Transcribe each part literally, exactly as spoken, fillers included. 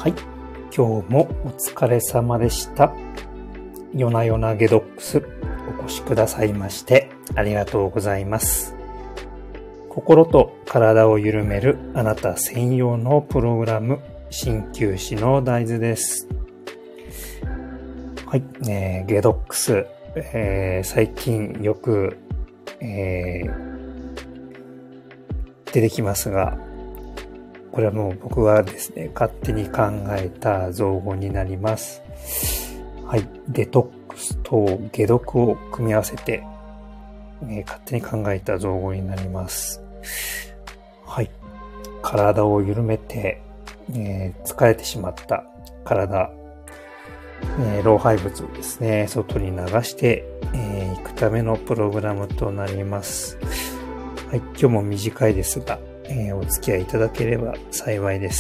はい。今日もお疲れ様でした。夜な夜なゲドックスお越しくださいましてありがとうございます。心と体を緩めるあなた専用のプログラム、鍼灸師の大豆です。はい。えー、ゲドックス、えー、最近よく、えー、出てきますが、これはもう僕はですね、勝手に考えた造語になります。はい。デトックスと解毒を組み合わせて、えー、勝手に考えた造語になります。はい。体を緩めて、えー、疲れてしまった体、えー、老廃物をですね、外に流してい、えー、くためのプログラムとなります。はい。今日も短いですが、えー、お付き合いいただければ幸いです。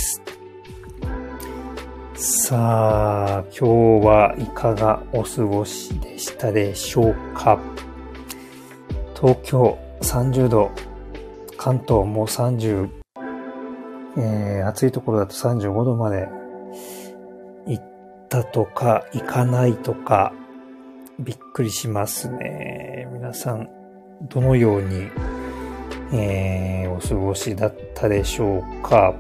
さあ、今日はいかがお過ごしでしたでしょうか。東京さんじゅうど、関東もさんじゅう、えー、暑いところだとさんじゅうごどまで行ったとか行かないとかびっくりしますね。皆さんどのようにえー、お過ごしだったでしょうか。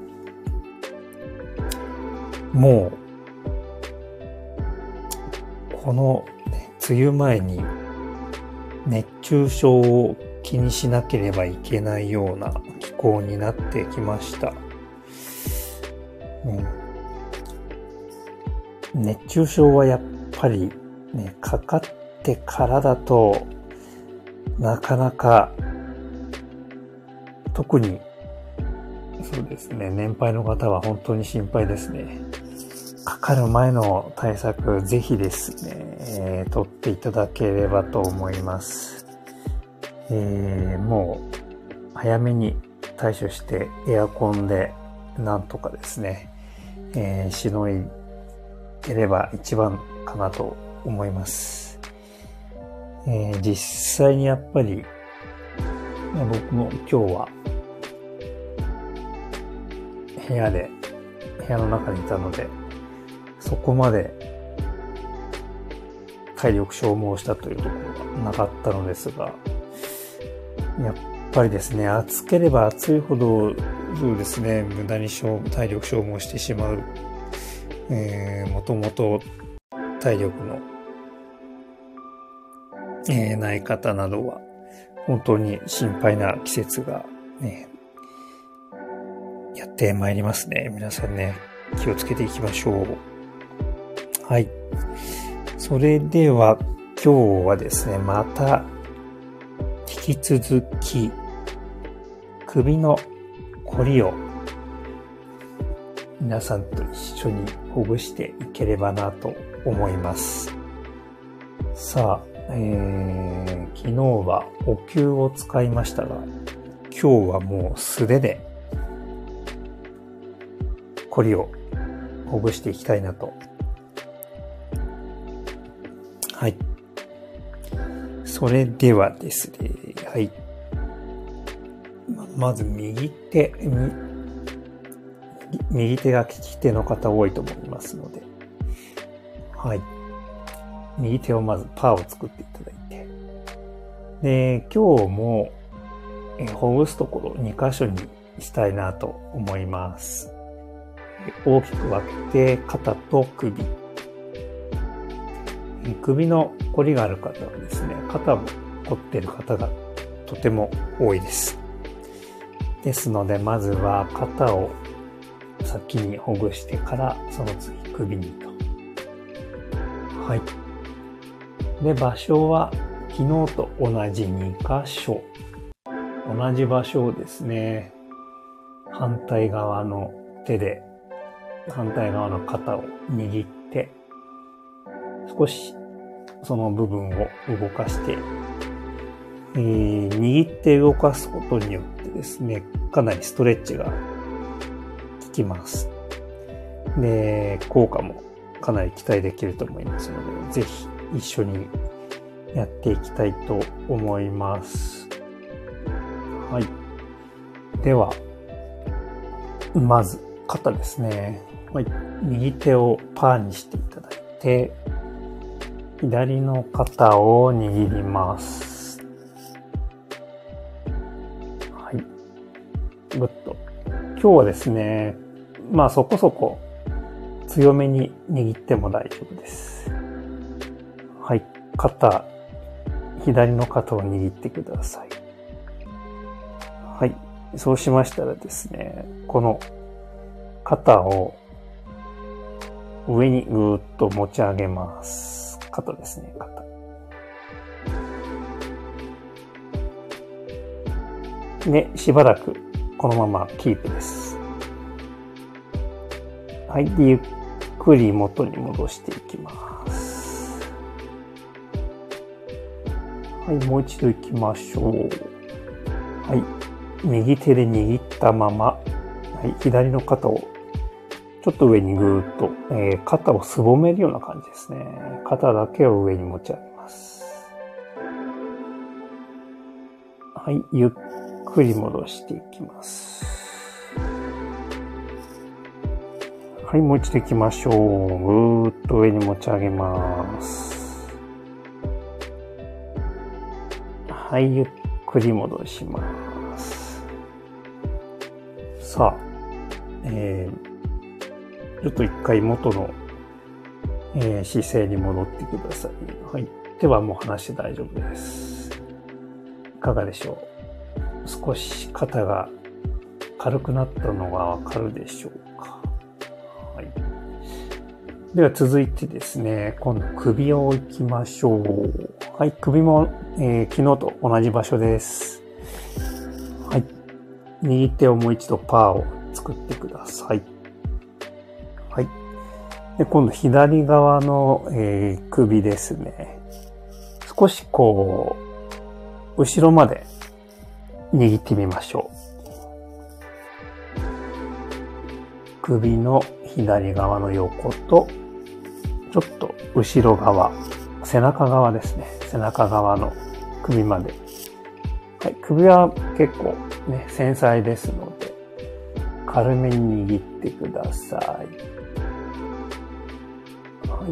もうこの、ね、梅雨前に熱中症を気にしなければいけないような気候になってきました。うん、熱中症はやっぱりね、かかってからだとなかなか特に、そうですね、年配の方は本当に心配ですね。かかる前の対策、ぜひですね、えー、取っていただければと思います。えー、もう、早めに対処してエアコンでなんとかですね、えー、しのいでれば一番かなと思います。えー、実際にやっぱり、僕も今日は部屋で、部屋の中にいたので、そこまで体力消耗したというところがなかったのですが、やっぱりですね、暑ければ暑いほど、そうですね、無駄に体力消耗してしまう、えー、もともと体力の、えー、ない方などは、本当に心配な季節がね、やってまいりますね。皆さんね、気をつけていきましょう。はい。それでは、今日はですね、また、引き続き、首のこりを、皆さんと一緒にほぐしていければなと思います。さあ、えー、昨日はお灸を使いましたが、今日はもう素手で、こりをほぐしていきたいなと。はい。それではですね、はい。まず右手、右手が利き手の方多いと思いますので、はい。右手をまずパーを作っていただいて、で、今日もほぐすところに箇所にしたいなと思います。大きく分けて肩と首。首のこりがある方はですね、肩も凝っている方がとても多いです。ですので、まずは肩を先にほぐしてから、その次首にと。はい。で、場所は昨日と同じに箇所。同じ場所をですね、反対側の手で反対側の肩を握って、少しその部分を動かして、えー、握って動かすことによってですね、かなりストレッチが効きます。で、効果もかなり期待できると思いますので、ぜひ一緒にやっていきたいと思います。はい。では、まず肩ですね。 はい。右手をパーにしていただいて、左の肩を握ります。はい。ぐっと。今日はですね、まあそこそこ強めに握っても大丈夫です。はい。肩、左の肩を握ってください。はい。そうしましたらですね、この肩を上にぐーっと持ち上げます。肩ですね、肩。で、しばらくこのままキープです。はい。で、ゆっくり元に戻していきます。はい。もう一度行きましょう。はい。右手で握ったまま、はい。左の肩をちょっと上にぐーっと、えー、肩をすぼめるような感じですね。肩だけを上に持ち上げます。はい。ゆっくり戻していきます。はい。もう一度行きましょう。ぐーっと上に持ち上げます。はい。ゆっくり戻します。さあ、えー、ちょっと一回元の、えー、姿勢に戻ってください。はい。手はもう離して大丈夫です。いかがでしょう？少し肩が軽くなったのがわかるでしょうか？はい。では続いてですね、今度首を行きましょう。はい。首も、えー、昨日と同じ場所です。はい。右手をもう一度パーを作ってください。はい。で、今度左側の、えー、首ですね。少しこう、後ろまで握ってみましょう。首の左側の横と、ちょっと後ろ側、背中側ですね。背中側の首まで。はい。首は結構ね、繊細ですので、軽めに握ってください。はい。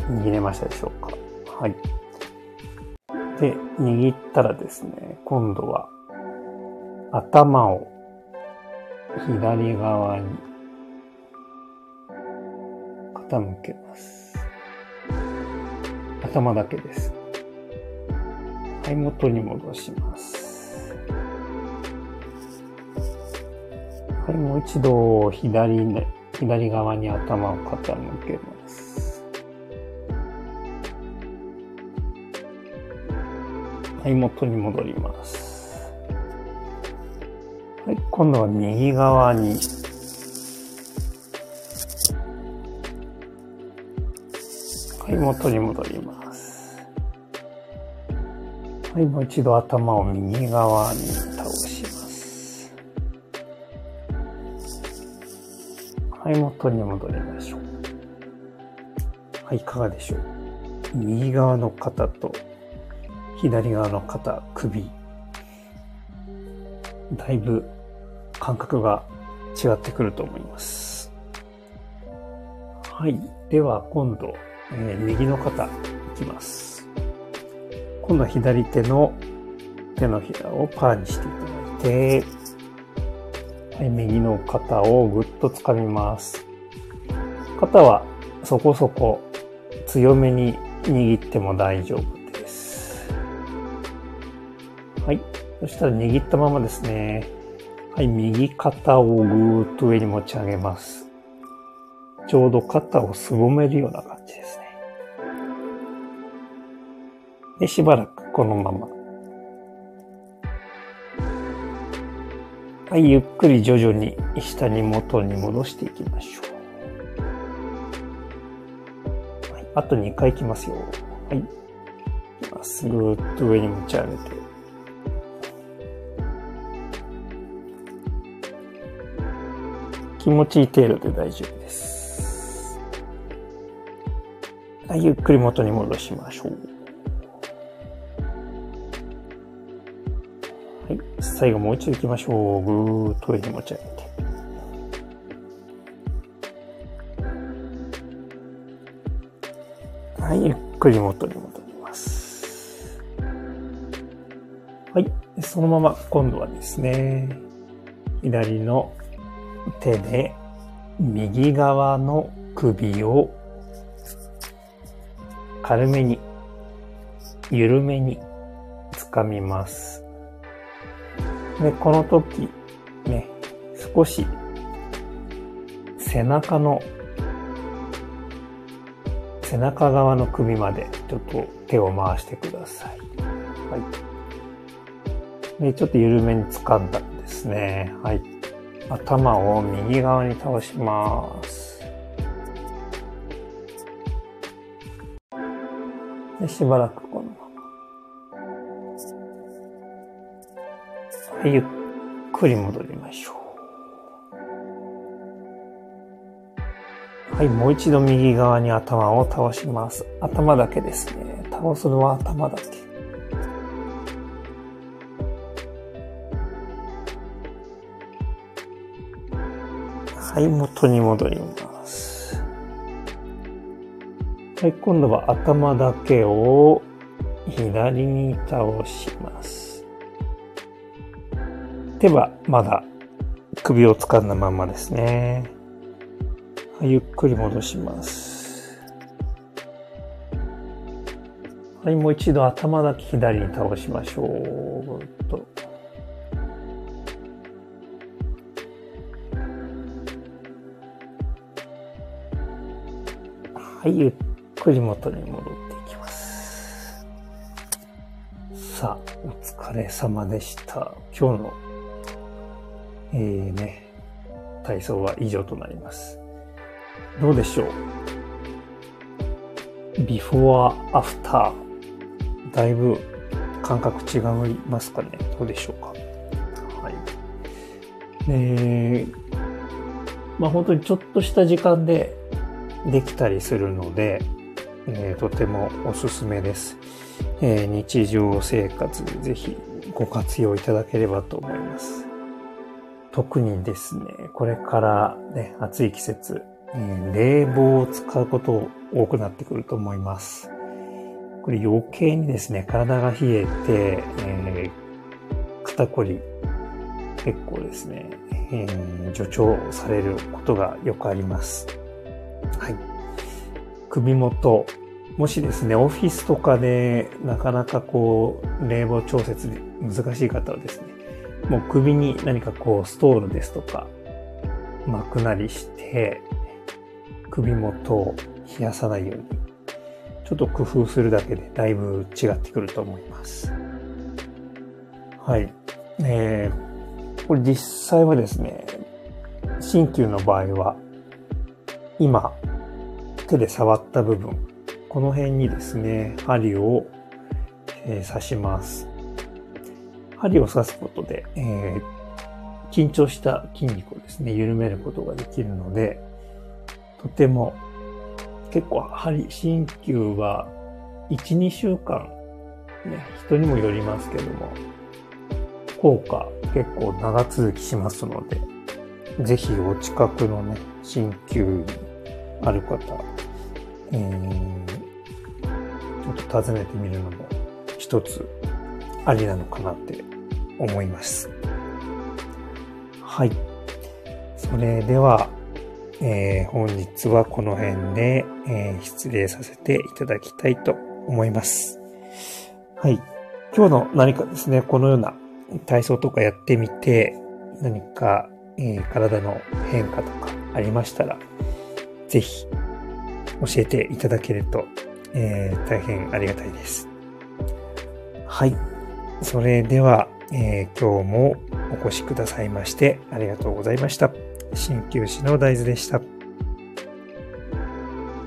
握れましたでしょうか？はい。で、握ったらですね、今度は頭を左側に傾けます。頭だけです。はい、元に戻します。はい、もう一度左ね、左側に頭を傾けます。はい、元に戻ります。はい、今度は右側にはい、元に戻ります。はい、もう一度頭を右側に倒します。はい、元に戻りましょう。はい、いかがでしょう？右側の肩と左側の肩、首。だいぶ感覚が違ってくると思います。はい、では今度、えー、右の肩いきます。今度は左手の手のひらをパーにしていただいて、はい、右の肩をぐっと掴みます。肩はそこそこ強めに握っても大丈夫です。はい。そしたら握ったままですね。はい、右肩をぐーっと上に持ち上げます。ちょうど肩をすぼめるような感じですね。で、しばらくこのまま。はい、ゆっくり徐々に下に元に戻していきましょう。はい、あとにかいいきますよ。はい。まっすぐーっと上に持ち上げて。気持ちいい程度で大丈夫です。はい、ゆっくり元に戻しましょう。はい、最後もう一度行きましょう。ぐーっと上に持ち上げて。 はい、ゆっくり元に戻ります。はい、そのまま今度はですね、左の手で右側の首を軽めに、緩めに掴みます。で、この時、ね、少し背中の、背中側の首までちょっと手を回してください。はい。で、ちょっと緩めに掴んだんですね。はい。頭を右側に倒します。で、しばらくこのまま。ゆっくり戻りましょう。はい、もう一度右側に頭を倒します。頭だけですね。倒すのは頭だけ。はい、元に戻ります。はい、今度は頭だけを左に倒します。手はまだ首を掴んだままですね。はい、ゆっくり戻します。はい、もう一度頭だけ左に倒しましょう。ぐっと。はい、ゆっくり元に戻っていきます。さあ、お疲れ様でした。今日の、えーね、体操は以上となります。どうでしょう？ビフォー、アフター。だいぶ感覚違いますかね？どうでしょうか？はい。えー、まあ本当にちょっとした時間でできたりするので、えー、とてもおすすめです。えー、日常生活でぜひご活用いただければと思います。特にですね、これからね、暑い季節、えー、冷房を使うこと多くなってくると思います。これ余計にですね、体が冷えて、えー、肩こり結構ですね、えー、助長されることがよくあります。はい。首元、もしですね、オフィスとかでなかなかこう、冷房調節難しい方はですね、もう首に何かこう、ストールですとか、巻くなりして、首元を冷やさないように、ちょっと工夫するだけでだいぶ違ってくると思います。はい。えー、これ実際はですね、鍼灸の場合は、今、手で触った部分、この辺にですね、針を、えー、刺します。針を刺すことで、えー、緊張した筋肉をですね、緩めることができるので、とても、結構針、鍼灸はいち、にしゅうかん、ね、人にもよりますけども、効果結構長続きしますので、ぜひお近くのね、鍼灸院ある方、えー、ちょっと訪ねてみるのも一つありなのかなって思います。はい。それでは、えー、本日はこの辺で、えー、失礼させていただきたいと思います。はい。今日の何かですね、このような体操とかやってみて、何か、えー、体の変化とかありましたら、ぜひ教えていただけると、えー、大変ありがたいです。はい。それでは、えー、今日もお越しくださいましてありがとうございました。鍼灸師の大豆でした。